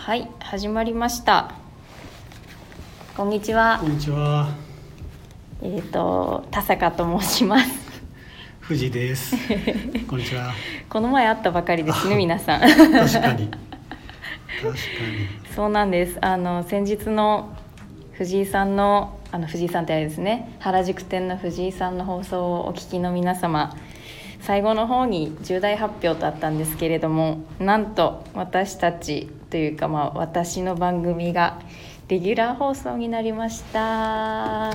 はい、始まりました。こんにちは。 こんにちは。 田坂と申します。 藤井です。こんにちは。 この前会ったばかりですね、皆さん。 確かに。 そうなんです。先日の藤井さんの藤井さんってあれですね、原宿店の藤井さんの放送をお聞きの皆様、最後の方に重大発表とあったんですけれども、なんと私たちというか、私の番組がレギュラー放送になりました。あ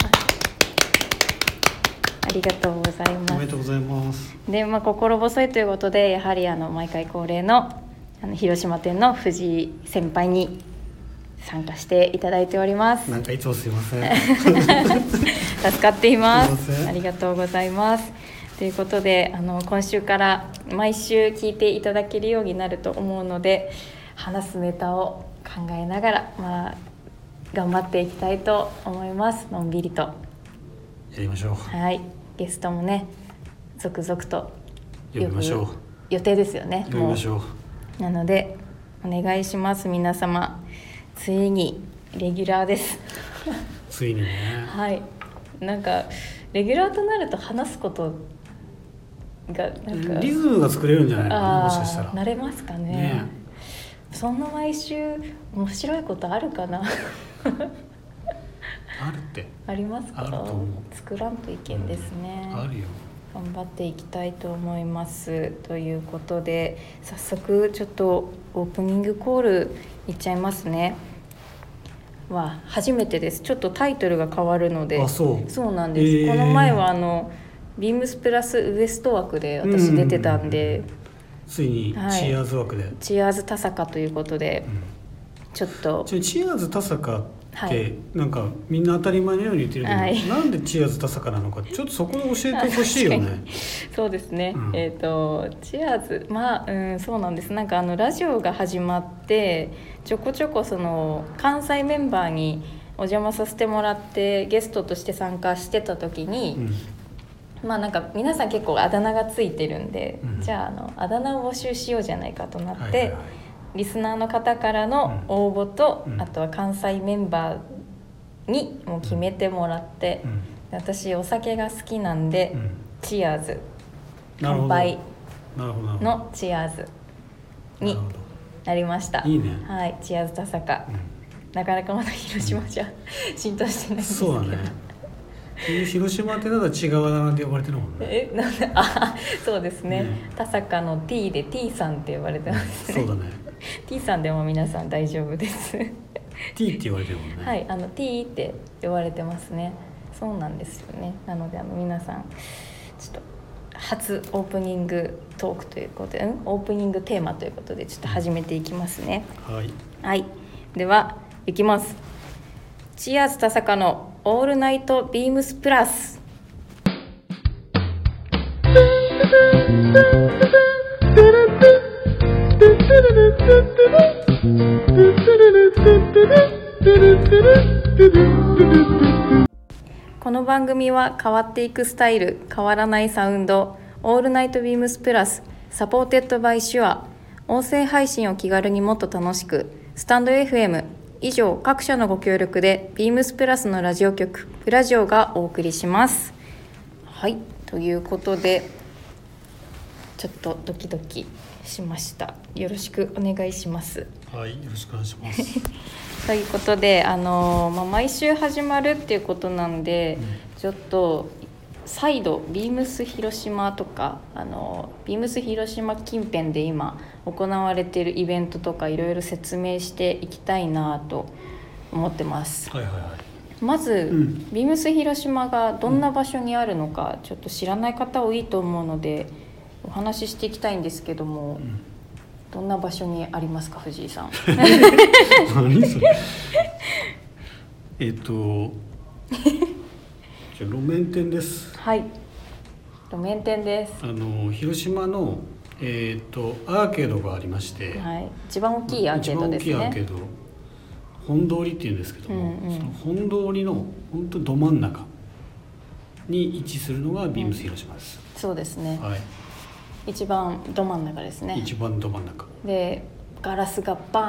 りがとうございます。 おめでとうございます。 で、心細いということで、やはり毎回恒例の広島店の藤井先輩に参加していただいております。 なんかいつもすいません。 助かっています。 すいません。 ありがとうございます。ということで今週から毎週聞いていただけるようになると思うので、話すネタを考えながら、頑張っていきたいと思います。のんびりとやりましょう。 はい、ゲストもね続々と呼びましょう。 予定ですよね。 呼びましょうなのでお願いします。皆様、ついにレギュラーですついにね。 はい、なんかレギュラーとなると話すことがなんかリズムが作れるんじゃないかな、もしかしたら。 慣れますかね。そんな毎週面白いことあるかなあるってありますか。 あると思う。 作らんといけんですね。 あるよ。 頑張っていきたいと思います。ということで早速ちょっとオープニングコールいっちゃいますね。初めてです。ちょっとタイトルが変わるので。そうなんです、この前はビームスプラスウエスト枠で私出てたんで、 ついにチアーズ枠で、 チアーズ田坂ということで、ちょっとチアーズ田坂ってなんかみんな当たり前のように言ってるけど、なんでチアーズ田坂なのかちょっとそこで教えてほしいよね。 そうですね、チアーズそうなんです。なんかラジオが始まってちょこちょこその関西メンバーにお邪魔させてもらってゲストとして参加してた時に、なんか皆さん結構あだ名がついてるんで、じゃああだ名を募集しようじゃないかとなって、リスナーの方からの応募と、あとは関西メンバーにも決めてもらって、私お酒が好きなんで、チアーズ乾杯のチアーズになりました。 いいね。 はい、チアーズ田坂、なかなかまだ広島じゃ浸透してないんですけど。 そうだね。広島ってなんか違うあだ名で呼ばれてるもんね。 なんでそうですね。田坂の T で T さんって呼ばれてますね。 そうだね。 T さんでも皆さん大丈夫です。 T って言われてるもんね。 はい、T って呼ばれてますね。そうなんですよね。なので皆さんちょっと初オープニングトークということで、オープニングテーマということでちょっと始めていきますね。はい、ではいきます。チアーズ田坂のオールナイトビームスプラス。この番組は変わっていくスタイル、変わらないサウンド、オールナイトビームスプラス、サポーテッドバイシュア、音声配信を気軽にもっと楽しく、スタンド FM、以上各社のご協力でビームスプラスのラジオ局プラジオがお送りします。はい、ということでちょっとドキドキしました。よろしくお願いします。 はい、よろしくお願いします。 ということで毎週始まるっていうことなんで、ちょっと再度ビームス広島とかビームス広島近辺で今行われているイベントとかいろいろ説明していきたいなと思ってます。まず、ビームス広島がどんな場所にあるのか、ちょっと知らない方多いと思うのでお話ししていきたいんですけども、どんな場所にありますか、藤井さん。 何それ。路面店です。 はい、路面店です。 広島のアーケードがありまして、 一番大きいアーケードですね。 一番大きいアーケード、本通りっていうんですけども、その本通りの本当ど真ん中に位置するのがビームス広島です。 そうですね。一番ど真ん中ですね。 一番ど真ん中でガラスがバーンって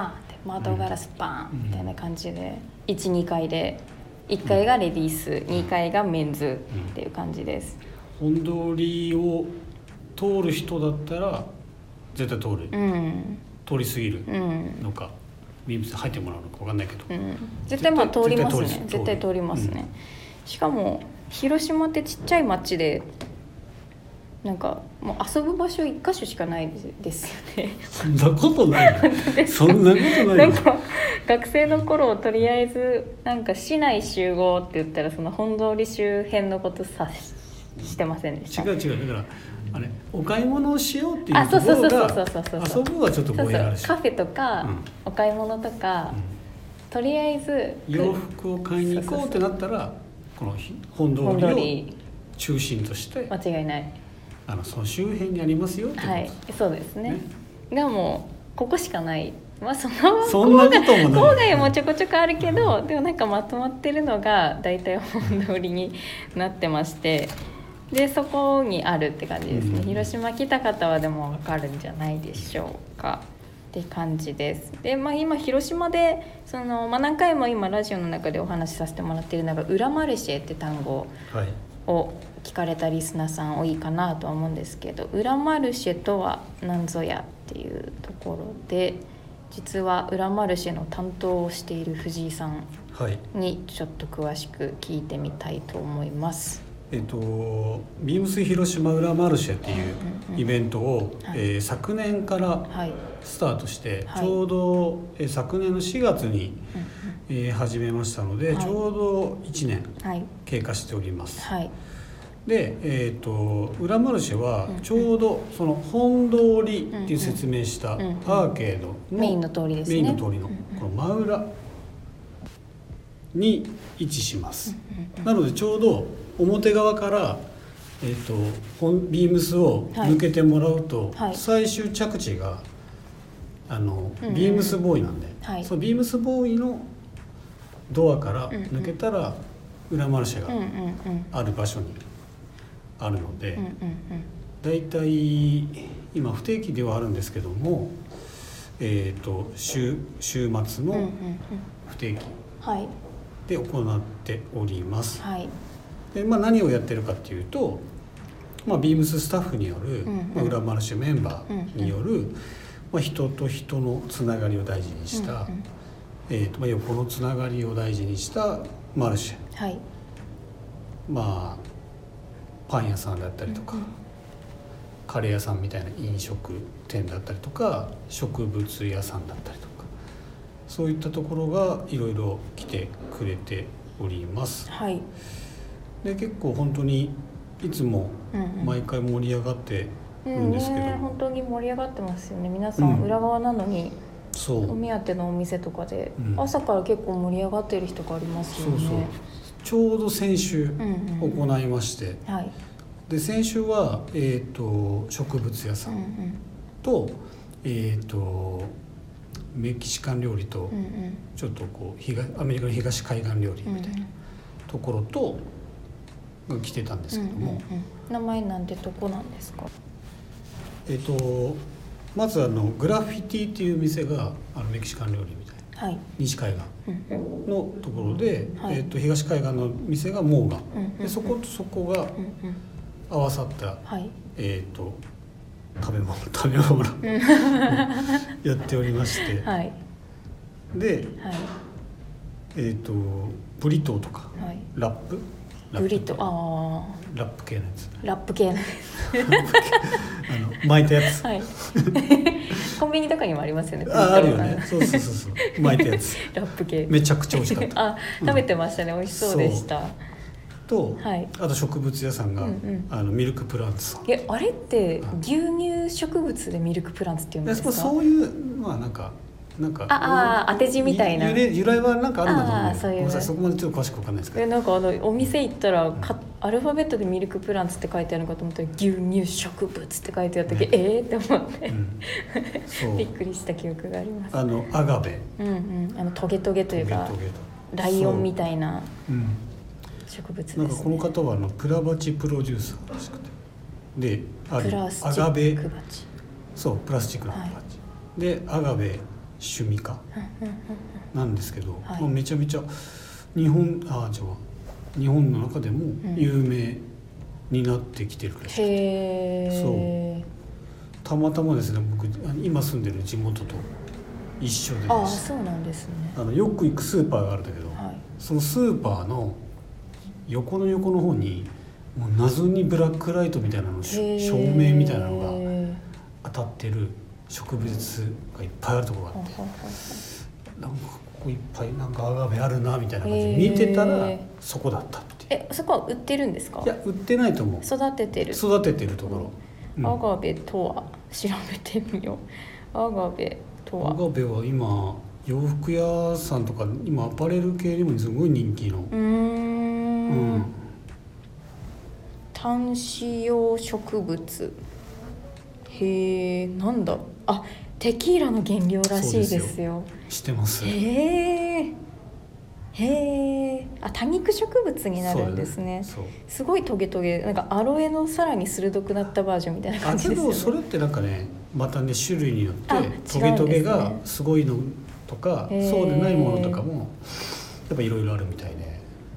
窓ガラスバーンみたいな感じで、12階で1階がレディース、2階がメンズっていう感じです。 本通りを通る人だったら絶対通る、通り過ぎるのか、ビームス入ってもらうのか分かんないけど、 絶対まあ通りますね。絶対通りますね。しかも広島ってちっちゃい町で、なんかもう遊ぶ場所1箇所しかないですよね。 そんなことないそんなことないなんか学生の頃とりあえずなんか市内集合って言ったらその本通り周辺のことしてませんでした？ 違うだからあれお買い物をしようっていうところが遊ぶはちょっとぼやあるし、 カフェとか、お買い物とか、とりあえず洋服を買いに行こうってなったらこの本通りを中心として間違いない、 その周辺にありますよってこと、 はい、そうですね。でもここしかない、まあ、 そんなこともない。 郊外もちょこちょこあるけど、でもなんかまとまってるのが大体本通りになってまして、でそこにあるって感じですね。広島来た方はでも分かるんじゃないでしょうかって感じです。で、今広島で何回も今ラジオの中でお話しさせてもらっているのが裏マルシェって単語を聞かれたリスナーさん多いかなとは思うんですけど、裏マルシェとは何ぞやっていうところで、実は裏マルシェの担当をしている藤井さんにちょっと詳しく聞いてみたいと思います。 ビームス広島裏マルシェっていうイベントを、昨年からスタートして、ちょうど、昨年の4月に、始めましたので、ちょうど1年経過しております。で、裏マルシェはちょうどその本通りっていう説明したアーケードのメインの通りですね。 メインの通りのこの真裏に位置します。なのでちょうど表側から、ビームスを抜けてもらうと、最終着地がビームスボーイなんで、そのビームスボーイのドアから抜けたら裏マルシェがある場所にあるので、だいたい今不定期ではあるんですけども、週末の不定期で行っております。で、何をやってるかっていうと、ビームススタッフによる、裏マルシェメンバーによる、人と人のつながりを大事にした、横のつながりを大事にしたマルシェ、パン屋さんだったりとか、カレー屋さんみたいな飲食店だったりとか、植物屋さんだったりとか、そういったところがいろいろ来てくれております。で、結構本当にいつも毎回盛り上がってるんですけど、 本当に盛り上がってますよね。皆さん裏側なのに、お目当てのお店とかで、朝から結構盛り上がってる人がありますよね。 ちょうど先週行いまして、で先週は、植物屋さんと、メキシカン料理と、ちょっとこうアメリカの東海岸料理みたいなところとが来てたんですけども、 名前なんてどこなんですか？ まずグラフィティっていう店がメキシカン料理みたいな、西海岸のところで、東海岸の店がモーガン、でそことそこが合わさった、食べ物やっておりまして、で、ブリトーとか、ラップブリトー、 ラップ系のやつ、 ラップ系のやつ巻いたやつ、 コンビニとかにもありますよね。 あるよね。そう巻いたやつラップ系めちゃくちゃ美味しかった。 食べてましたね。美味しそうでした。 と、あと植物屋さんが、ミルクプランツさん。 あれって牛乳植物でミルクプランツって言うんですか？ そういうのはなんか当て字みたいな由来はなんかあるんだと思う。 そういう、 そこまでちょっと詳しく分かんないですけど、 なんかお店行ったらアルファベットでミルクプランツって書いてあるのかと思ったら牛乳植物って書いてあったけど、って思ってびっくりした記憶があります。 アガベ、 トゲトゲというかライオンみたいな植物ですね。 なんかこの方はプラバチプロデューサーらしくて、でプラスチックバチ、 そうプラスチックのバチ、でアガベ趣味家なんですけど、 はいまあ、めちゃめちゃ日本の中でも有名になってきてるらしくて、 へそうたまたまですね、僕今住んでる地元と一緒でです、 ああそうなんですね。 よく行くスーパーがあるんだけど、 はい、 そのスーパーの横の方にもう謎にブラックライトみたいなの照明みたいなのが当たってる植物がいっぱいあるところがあって、なんかここいっぱいなんかアガベあるなみたいな感じで見てたらそこだったっていう。 そこは売ってるんですか？ いや売ってないと思う。 育ててるところ、 アガベとは調べてみよう。アガベとは、 アガベは今洋服屋さんとか今アパレル系にもすごい人気の端子葉植物。へえ、なんだ、あ、テキーラの原料らしいですよ。 知ってます？ へえ、あ、多肉植物になるんですね。すごいトゲトゲ、なんかアロエのさらに鋭くなったバージョンみたいな感じですよね。 けどそれってなんかね、またね種類によってトゲトゲがすごいのとか、そうでないものとかもやっぱいろいろあるみたいで。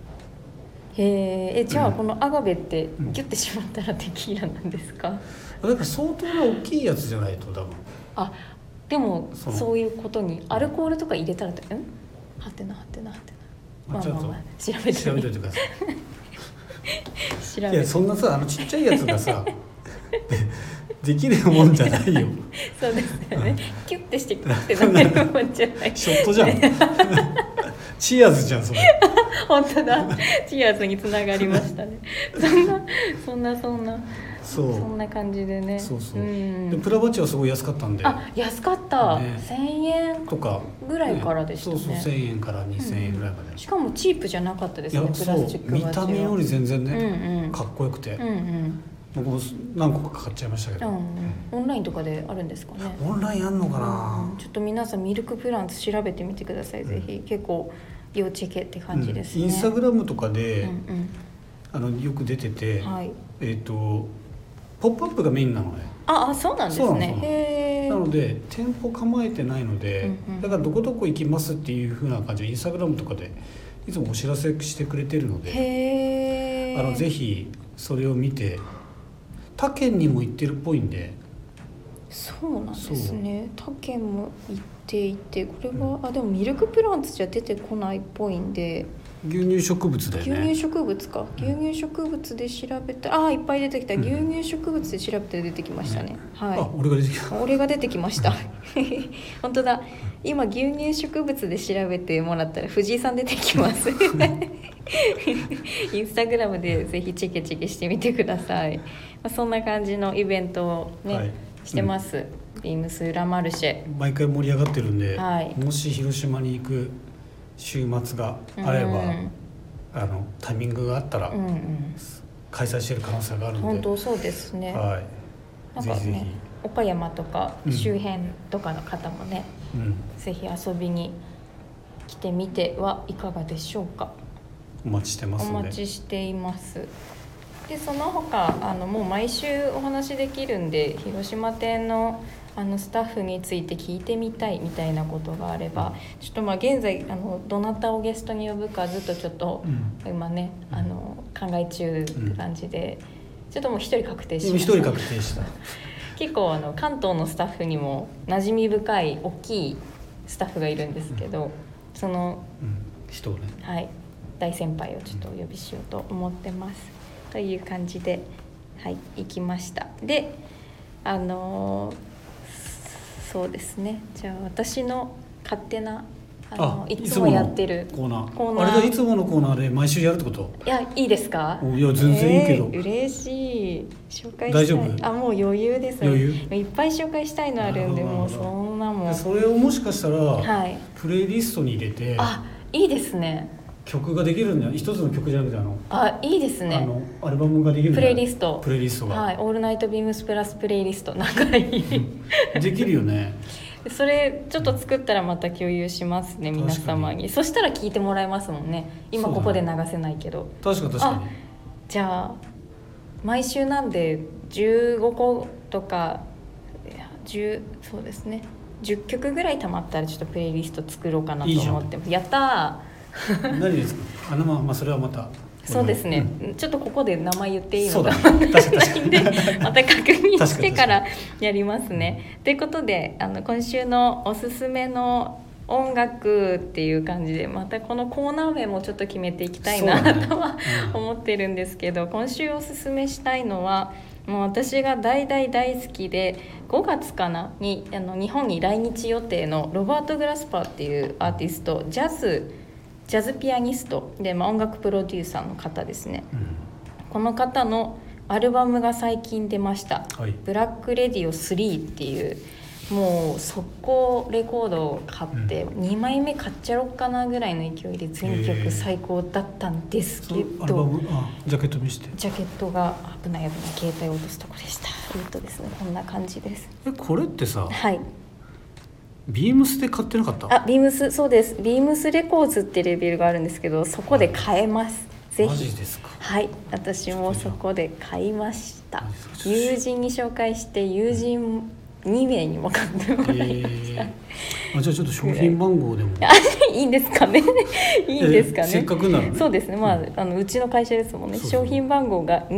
じゃあこのアガベってギュッてしまったらテキーラなんですか？ だから相当な大きいやつじゃないと多分。 あ、でもそういうことにアルコールとか入れたらはてなまあ調べておいてください。 いやそんなさちっちゃいやつがさできるもんじゃないよ。 そうですよね。キュッてしてキュッてなるもんじゃない。 ショットじゃん。チアーズじゃんそれ。 本当だ。チアーズにつながりましたね。そんな感じでね。 そうそう。でプラバチはすごい安かったんで。 あ、安かった。1000円とかぐらいからでしたね。 そう1000円から2000円ぐらいまで。 しかもチープじゃなかったですね。プラスチックバチは。 見た目より全然ね、かっこよくて。僕も何個か買っちゃいましたけど、 オンラインとかであるんですかね。 オンラインあんのかな、 ちょっと皆さんミルクプランツ調べてみてください、ぜひ。結構要チェケって感じですね。 インスタグラムとかで、よく出てて、ポップアップがメインなのね。 あ、そうなんですね。 なので店舗構えてないので、だからどこどこ行きますっていう風な感じでインスタグラムとかでいつもお知らせしてくれてるので、ぜひそれを見て。他県にも行ってるっぽいんで。 そうなんですね。他県も行っていて、これは、でもミルクプランツじゃ出てこないっぽいんで。 牛乳植物だよね。 牛乳植物か。牛乳植物で調べた、いっぱい出てきた。牛乳植物で調べて出てきましたね。はい。俺が出てきました。本当だ。今牛乳植物で調べてもらったら藤井さん出てきます。インスタグラムでぜひチェケチェケしてみてください。そんな感じのイベントをね、してます。ビームス裏マルシェ。 毎回盛り上がってるんで、もし広島に行く週末があれば、タイミングがあったら開催してる可能性があるので。 本当そうですね。なんかね、岡山とか周辺とかの方もね、ぜひ遊びに来てみてはいかがでしょうか。 お待ちしてますので。 お待ちしています。でその他もう毎週お話できるんで、広島店のスタッフについて聞いてみたいみたいなことがあれば、ちょっと現在どなたをゲストに呼ぶかずっとちょっと、今ね考え中って感じで、ちょっともう一人確定しました。 一人確定した。 結構関東のスタッフにも馴染み深い大きいスタッフがいるんですけど、その人をね、 大先輩をちょっとお呼びしようと思ってます。という感じで行きました。でそうですね、じゃあ私の勝手ないつもやってるコーナー。あれがいつものコーナーで毎週やるってこと？ いや、いいですか？ いや全然いいけど。 嬉しい。紹介したい。 大丈夫？ もう余裕です。いっぱい紹介したいのあるんで、もうそんなもん。 それをもしかしたら、プレイリストに入れて、 いいですね。 曲ができるんだよ。一つの曲じゃなくていいですね。 アルバムができるんだよ。 プレイリストが。オールナイトビームスプラスプレイリスト、仲いい。 できるよね。 それちょっと作ったらまた共有しますね、皆様に。そしたら聞いてもらえますもんね。今ここで流せないけど。 確かに。 じゃあ毎週なんで15個とかそうですね、 10曲ぐらい溜まったらちょっとプレイリスト作ろうかなと思ってます。やったー何ですかまあそれはまたそうですね、ちょっとここで名前言っていいのかないんでまた確認してからやりますね。ということで今週のおすすめの音楽っていう感じでまたこのコーナー名もちょっと決めていきたいなとは思ってるんですけど、今週おすすめしたいのはもう私が大好きで5月かなに日本に来日予定のロバート・グラスパーっていうアーティスト、ジャズピアニストで、音楽プロデューサーの方ですね、この方のアルバムが最近出ました、ブラックレディオ3っていうもう速攻レコードを買って2枚目買っちゃろっかなぐらいの勢いで全曲最高だったんですけど、 アルバムジャケット見せて。 ジャケットが危ない携帯を落とすとこでした。ですね、こんな感じです。 これってさ、 はい、 ビームスで買ってなかった？ ビームス、そうです。ビームスレコーズってレベルがあるんですけど、そこで買えます。ぜひ。 マジですか？ はい、私もそこで買いました。友人に紹介して友人2名にも買ってもらいました。 じゃあちょっと商品番号でもいいんですかねいいんですかね、 せっかくならね。 そうですね、うちの会社ですもんね。商品番号が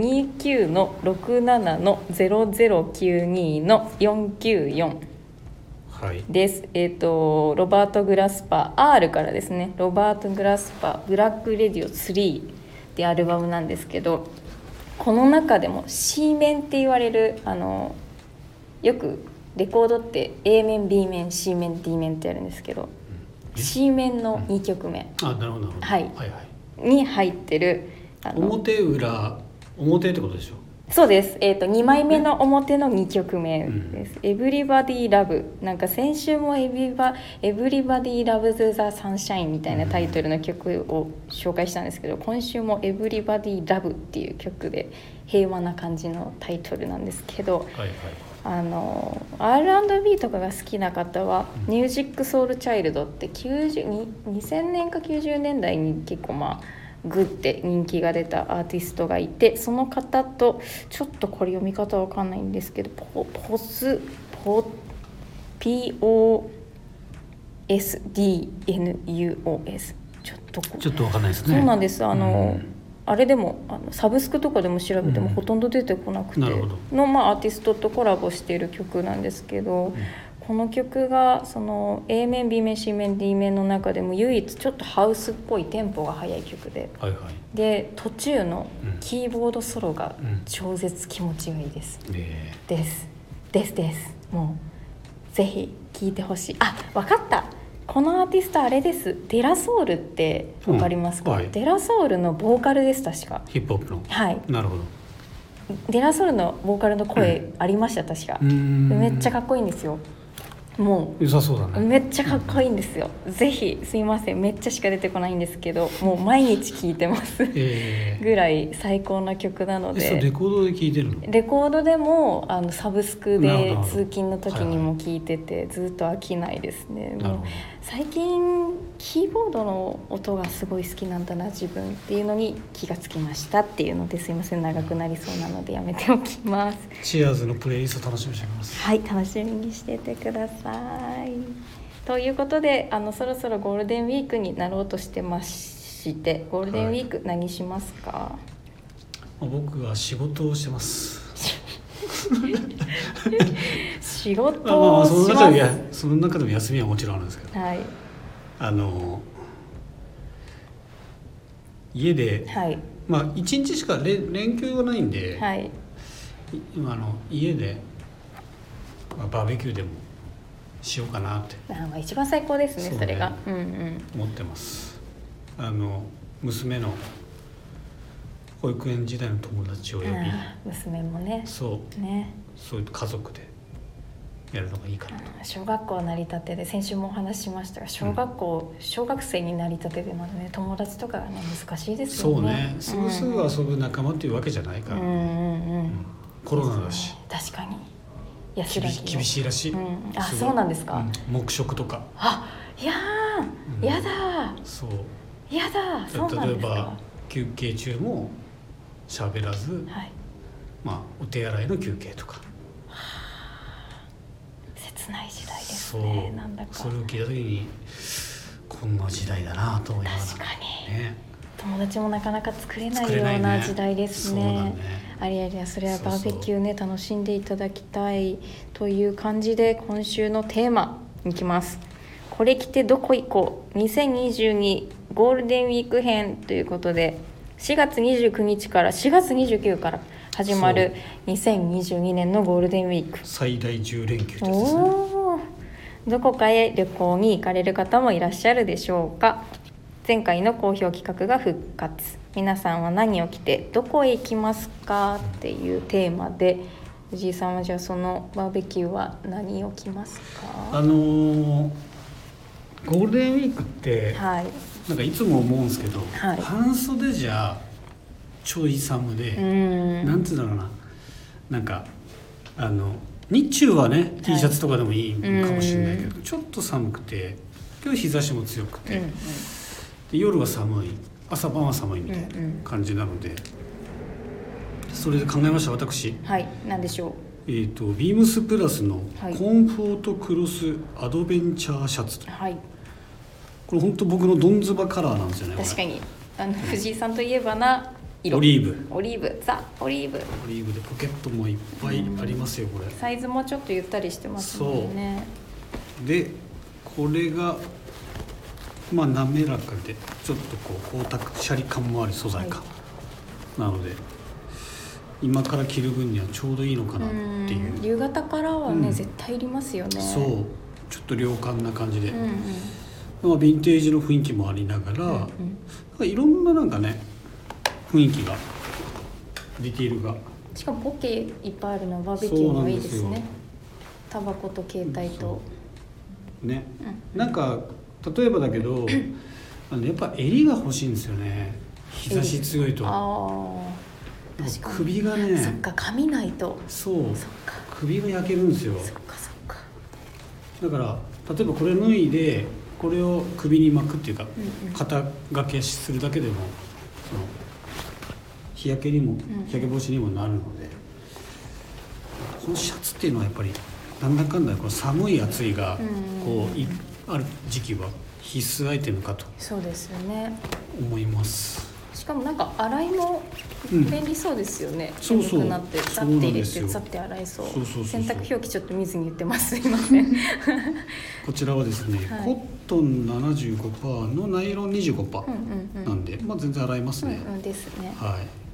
29-67-0092-494です、ロバート・グラスパー R からですね、ロバート・グラスパーブラック・レディオ3ってアルバムなんですけど、この中でも C 面って言われるよくレコードって A 面 B 面 C 面 D 面ってやるんですけど、C 面の2曲目、 なるほど、 はいに入ってる表裏表ってことでしょ？ そうです、2枚目の表の2曲目です、Everybody Love、 なんか先週も Everybody Loves the Sunshine みたいなタイトルの曲を紹介したんですけど、今週も Everybody Love っていう曲で平和な感じのタイトルなんですけど、R&B とかが好きな方は、ミュージックソウルチャイルドって2000年か90年代に結構グッて人気が出たアーティストがいて、その方とちょっとこれ読み方わかんないんですけど、POSDNUOS ちょっとわかんないですね。 そうなんです。あれでもサブスクとかでも調べてもほとんど出てこなくての、アーティストとコラボしている曲なんですけど、この曲がその A 面 B 面 C 面 D 面の中でも唯一ちょっとハウスっぽいテンポが速い曲で、で途中のキーボードソロが超絶気持ちがいいです、ですもうぜひ聴いてほしい。わかった、このアーティストあれです、デラソウルってわかりますか？デラソウルのボーカルです、確か。 ヒップホップの。 はい。 なるほど。 デラソウルのボーカルの声ありました、確か。めっちゃかっこいいんですよ。もう良さそうだね。 めっちゃかっこいいんですよ。ぜひ、すいません、めっちゃしか出てこないんですけど、もう毎日聴いてますぐらい最高な曲なので。 レコードで聴いてるの？ レコードでもサブスクで通勤の時にも聴いてて、ずっと飽きないですね。もう最近キーボードの音がすごい好きなんだな自分っていうのに気がつきましたっていうので、すいません、長くなりそうなのでやめておきます。 チアーズのプレイリスト楽しみにしてます。 はい、楽しみにしててください。ということでそろそろゴールデンウィークになろうとしてまして、ゴールデンウィーク何しますか？ 僕は仕事をしてます仕事をします。 その中でも休みはもちろんあるんですけど、 はい、 家で、 はい、 1日しか連休がないんで、 はい、 家で、バーベキューでもしようかなって。 一番最高ですね、それが、 思ってます。娘の保育園時代の友達を呼び、 娘もね、 そういう家族でやるのがいいかなと。 小学校なりたてで、先週もお話ししましたが、小学生になりたてでまだね、友達とかがね難しいですよね。 そうね、すぐ遊ぶ仲間っていうわけじゃないから、コロナだし、 確かに厳しいらしい。 そうなんですか？ 黙食とか。 やだ。そうなんですか？ 例えば休憩中も喋らず、お手洗いの休憩とか。 切切ない時代ですね。なんだかそれを聞いた時にこんな時代だなと思いながら、 確かに、 ね、 友達もなかなか作れないような時代ですね。ありありゃ、それはバーベキューね、楽しんでいただきたいという感じで、今週のテーマいきます。これ着てどこ行こう2022ゴールデンウィーク編ということで、4月29日から4月29から始まる2022年のゴールデンウィーク、 最大10連休ですね。 どこかへ旅行に行かれる方もいらっしゃるでしょうか。前回の好評企画が復活。皆さんは何を着てどこへ行きますかっていうテーマで、藤井さんはじゃあそのバーベキューは何を着ますか？ ゴールデンウィークって、 はい、 なんかいつも思うんですけど、 はい、 半袖じゃちょい寒で、なんていうんだろうな、なんか日中はね、T シャツとかでもいいかもしれないけど、ちょっと寒くて、今日日差しも強くて、で夜は寒い、朝晩は寒いみたいな感じなので、それで考えました。私、 はい、何でしょう。 ビームスプラスのコンフォートクロスアドベンチャーシャツと、はい、これ本当僕のどんずばカラーなんですよね。 確かに藤井さんといえばな色、 オリーブザ・オリーブで、ポケットもいっぱいありますよ。これサイズもちょっとゆったりしてますもんね。 そうで、これがまあ滑らかで、ちょっとこう光沢シャリ感もある素材感、なので今から着る分にはちょうどいいのかなっていう。 夕方からはね、絶対いりますよね。 そう、ちょっと涼感な感じで、まあ、ヴィンテージの雰囲気もありながら、なんかいろんななんかね、雰囲気が、ディティールが、 しかもポケいっぱいあるのはバーベキューもいいですね。タバコと携帯とね、なんか例えばだけどやっぱ襟が欲しいんですよね。日差し強いと確かに首がね、 そっか、髪ないと、 そう、首が焼けるんですよ。 そっかだから例えばこれ脱いでこれを首に巻くっていうか、肩掛けするだけでもその日焼けにも、日焼け防止にもなるので、このシャツっていうのはやっぱりなんだかんだこの寒い暑いがこうある時期は必須アイテムかと。 そうですよね、 思います。 しかもなんか洗いも便利そうですよね。 そうそう、 眠くなってさって入れてさって洗えそう。洗濯表記ちょっと見ずに言ってます、すいませんこちらはですね、コットン 75% のナイロン 25% なんで、まあ全然洗えますね。 ですね。 はい。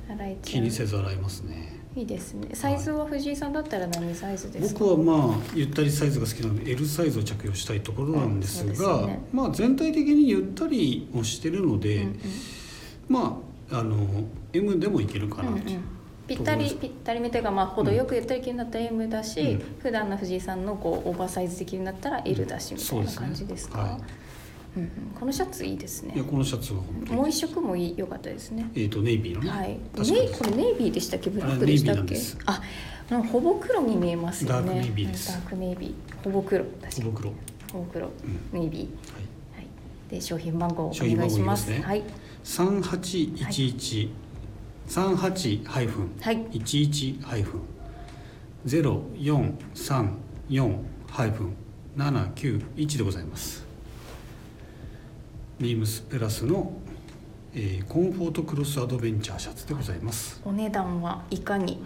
洗い気にせず洗えますね。 いいですね。サイズは藤井さんだったら何サイズですか？ 僕はまあゆったりサイズが好きなので L サイズを着用したいところなんですが、まあ全体的にゆったりもしてるので、まあM でもいけるかなと。ぴったりめというか、まあ程よくゆったり着るんだったら M だし、普段の藤井さんのこうオーバーサイズで着るんだったら L だしみたいな感じですか？このシャツいいですね。 いや、このシャツは本当にもう一色も良かったですね。 ネイビーのね。 はい。これネイビーでしたっけ、ブラックでしたっけ？あ、ほぼ黒に見えますよね。 ダークネイビーです。 ダークネイビー、ほぼ黒、 ほぼ黒、 ネイビー。はい。で商品番号お願いします。はい。 3811 38-11-0434-791でございます。ビームスプラスの、コンフォートクロスアドベンチャーシャツでございます。 お値段はいかに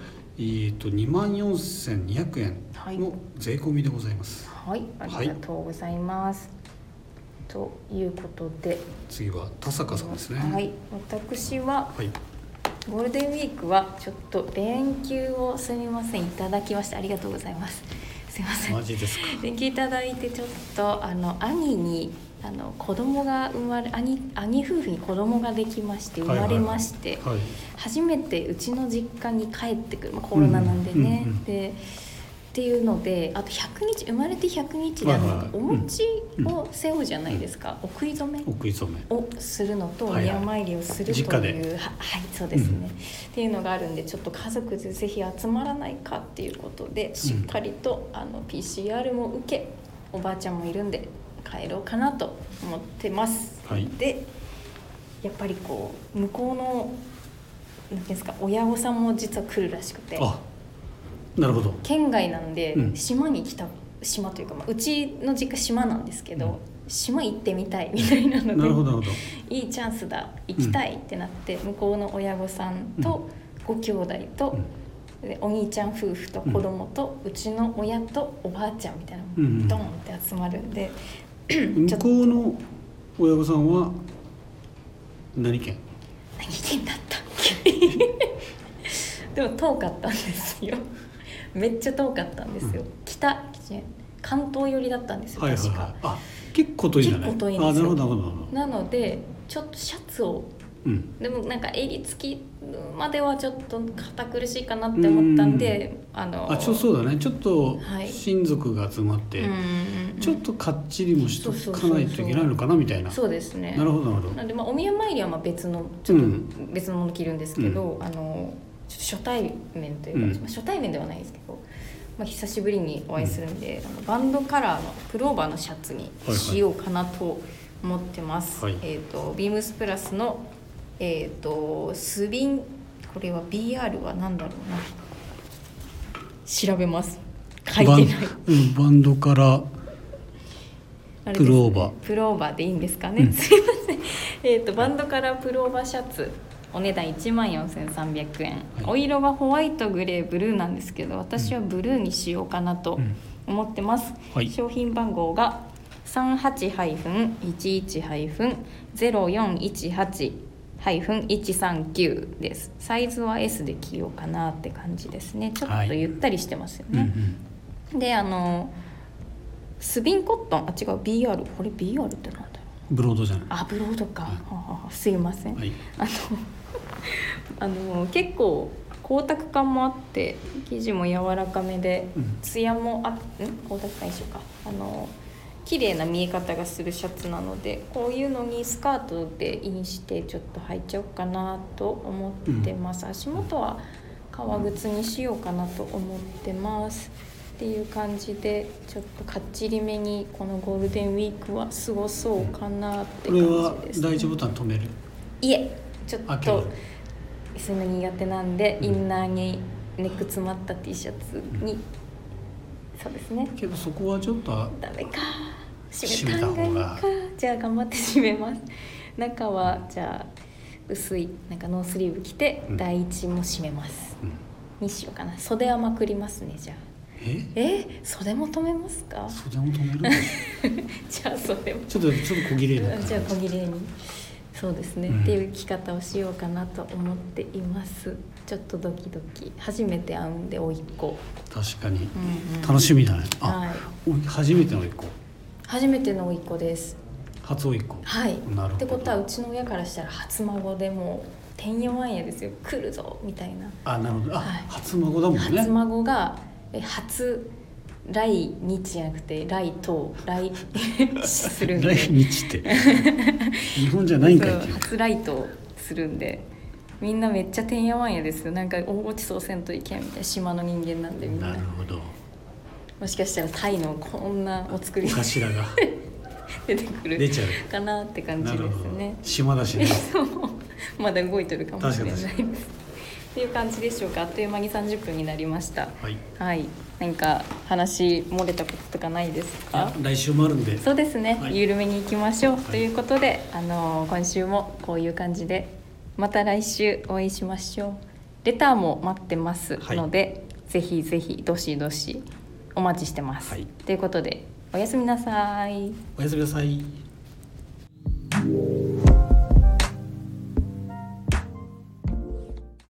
24,200円の税込みでございます。 はい、ありがとうございます、ということで次は田坂さんですね。 はい、私は、ゴールデンウィークはちょっと連休をすみませんいただきまして、ありがとうございます。すいません、 マジですか。 連休いただいて、ちょっと兄に子供が生まれ、兄夫婦に子供ができまして、生まれまして、初めてうちの実家に帰ってくる、コロナなんでね、でっていうので、あと100日生まれて100日でお餅を背負うじゃないですか、お食い初めをするのとお宮参りをするという、はいそうですね、っていうのがあるんで、ちょっと家族でぜひ集まらないかっていうことで、しっかりとPCR も受け、おばあちゃんもいるんで帰ろうかなと思ってます、でやっぱりこう向こうの何ですか、親御さんも実は来るらしくて、 なるほど、 県外なんで、島に来た島というか、うちの実家島なんですけど、島行ってみたいみたいなので、 なるほどいいチャンスだ行きたいってなって、向こうの親御さんとご兄弟と、でお兄ちゃん夫婦と子供と、うちの親とおばあちゃんみたいなのがドンって集まるんで、 向こうの親御さんは何県だったっけでも遠かったんですよ。めっちゃ遠かったんですよ。北関東寄りだったんですよ、確か。 あ、結構遠いんだね。 結構遠いんですよ。 なるほど。 なのでちょっとシャツを、でもなんか襟付きまではちょっと堅苦しいかなって思ったんで、 そうだね、ちょっと親族が集まって、ちょっとかっちりもしとかないといけないのかなみたいな。 そうですね。 なるほど。 なんでお宮参りは別のちょっと別のもの着るんですけど、初対面というか、初対面ではないですけど、久しぶりにお会いするんで、バンドカラーのプローバーのシャツにしようかなと思ってます。ビームスプラスのスビン、これは BR は何だろうな、調べます。書いてない。 バンドカラープローバー、 プローバーでいいんですかね、すいません。バンドカラープローバーシャツ、お値段14,300円、お色がホワイト、グレー、ブルーなんですけど、私はブルーにしようかなと思ってます。商品番号が 38-11-0418-139 です。サイズは S で着ようかなって感じですね。ちょっとゆったりしてますよね。でスビンコットン、違う BR、 これ BR ってなんだろう、 ブロードじゃない。 ブロードか、すいません。結構光沢感もあって生地も柔らかめで、ツヤも光沢感一緒か、綺麗な見え方がするシャツなので、こういうのにスカートでインしてちょっと履いちゃおうかなと思ってます。足元は革靴にしようかなと思ってますっていう感じで、ちょっとかっちりめにこのゴールデンウィークは過ごそうかなって感じです、ね。 これは第一ボタン止める？ いえ、ちょっとそういうの苦手なんで、インナーにネック詰まった T シャツに、そうですね。 けどそこはちょっとダメか、締めた方がいいか。じゃあ頑張って締めます。中はじゃあ薄いなんかノースリーブ着て、第一も締めます、にしようかな。袖はまくりますね。じゃあ袖も止めますか？ 袖も止めるじゃあ袖もちょっと小切れにじゃあ小切れに、そうですね、っていう着方をしようかなと思っています。ちょっとドキドキ、初めて会うんで甥っ子、 確かに、楽しみだね。初めての甥っ子？ 初めての甥っ子です。 初甥っ子？ はい。 なるほど。 ってことはうちの親からしたら初孫でもうてんやわんやですよ、来るぞみたいな。 なるほど。初孫だもんね。 初孫が初来日じゃなくて来島来するんで。 来日って日本じゃないんかいっていう。 初来島するんで、みんなめっちゃてんやわんやですよ。なんか大ごちそうせんといけんみたいな、島の人間なんでみんな。 なるほど。 もしかしたらタイのこんなお作りお頭が出てくるかなって感じですね。 島だしね。 まだ動いてるかもしれないですっていう感じでしょうか。あっという間に30分になりました。はい、何か話漏れたこととかないですか？ 来週もあるんで。 そうですね、緩めにいきましょう、ということで、今週もこういう感じでまた来週お会いしましょう。レターも待ってますので、ぜひぜひどしどしお待ちしてます、ということでおやすみなさい。 おやすみなさい。